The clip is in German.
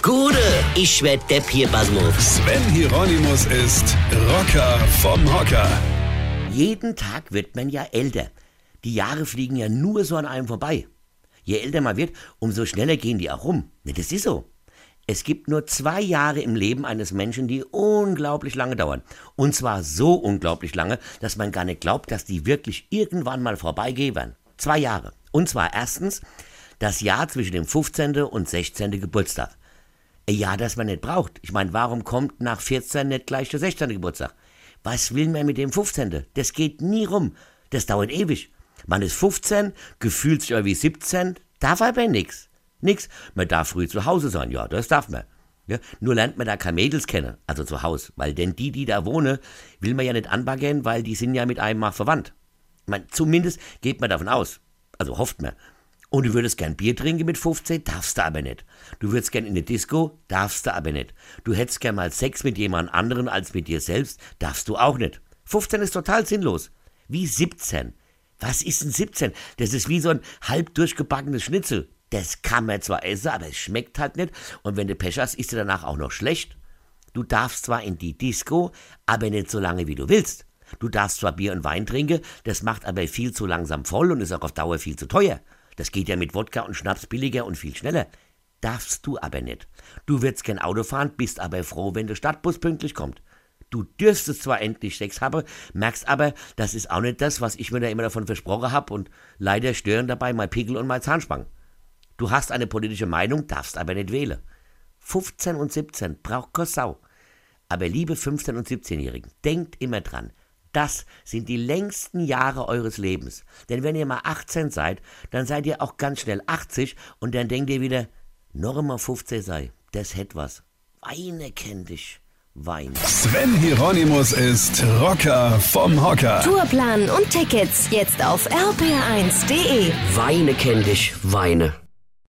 Gude, ich werd Depp hier, Basmus. Sven Hieronymus ist Rocker vom Hocker. Jeden Tag wird man ja älter. Die Jahre fliegen ja nur so an einem vorbei. Je älter man wird, umso schneller gehen die auch rum. Das ist so. Es gibt nur 2 Jahre im Leben eines Menschen, die unglaublich lange dauern. Und zwar so unglaublich lange, dass man gar nicht glaubt, dass die wirklich irgendwann mal vorbeigehen werden. 2 Jahre. Und zwar erstens das Jahr zwischen dem 15. und 16. Geburtstag. Ein Jahr, das man nicht braucht. Ich meine, warum kommt nach 14 nicht gleich der 16. Geburtstag? Was will man mit dem 15.? Das geht nie rum. Das dauert ewig. Man ist 15, gefühlt sich wie 17, darf aber nix. Nix. Man darf früh zu Hause sein, ja, das darf man. Ja, nur lernt man da keine Mädels kennen, also zu Hause. Weil denn die da wohnen, will man ja nicht anbaggern, weil die sind ja mit einem mal verwandt. Zumindest geht man davon aus. Also hofft man. Und du würdest gern Bier trinken mit 15, darfst du aber nicht. Du würdest gern in eine Disco, darfst du aber nicht. Du hättest gern mal Sex mit jemand anderen als mit dir selbst, darfst du auch nicht. 15 ist total sinnlos. Wie 17. Was ist denn 17? Das ist wie so ein halb durchgebackenes Schnitzel. Das kann man zwar essen, aber es schmeckt halt nicht. Und wenn du Pech hast, ist dir danach auch noch schlecht. Du darfst zwar in die Disco, aber nicht so lange, wie du willst. Du darfst zwar Bier und Wein trinken, das macht aber viel zu langsam voll und ist auch auf Dauer viel zu teuer. Das geht ja mit Wodka und Schnaps billiger und viel schneller. Darfst du aber nicht. Du würdest gern Auto fahren, bist aber froh, wenn der Stadtbus pünktlich kommt. Du dürstest zwar endlich Sex haben, merkst aber, das ist auch nicht das, was ich mir da immer davon versprochen habe und leider stören dabei mein Pickel und mein Zahnspangen. Du hast eine politische Meinung, darfst aber nicht wählen. 15 und 17 braucht keine Sau. Aber liebe 15- und 17-Jährigen, denkt immer dran, das sind die längsten Jahre eures Lebens. Denn wenn ihr mal 18 seid, dann seid ihr auch ganz schnell 80 und dann denkt ihr wieder, noch einmal 15 sei, das hätt was. Weine kenn dich, Weine. Sven Hieronymus ist Rocker vom Hocker. Tourplan und Tickets jetzt auf rpr1.de. Weine kenn dich, Weine.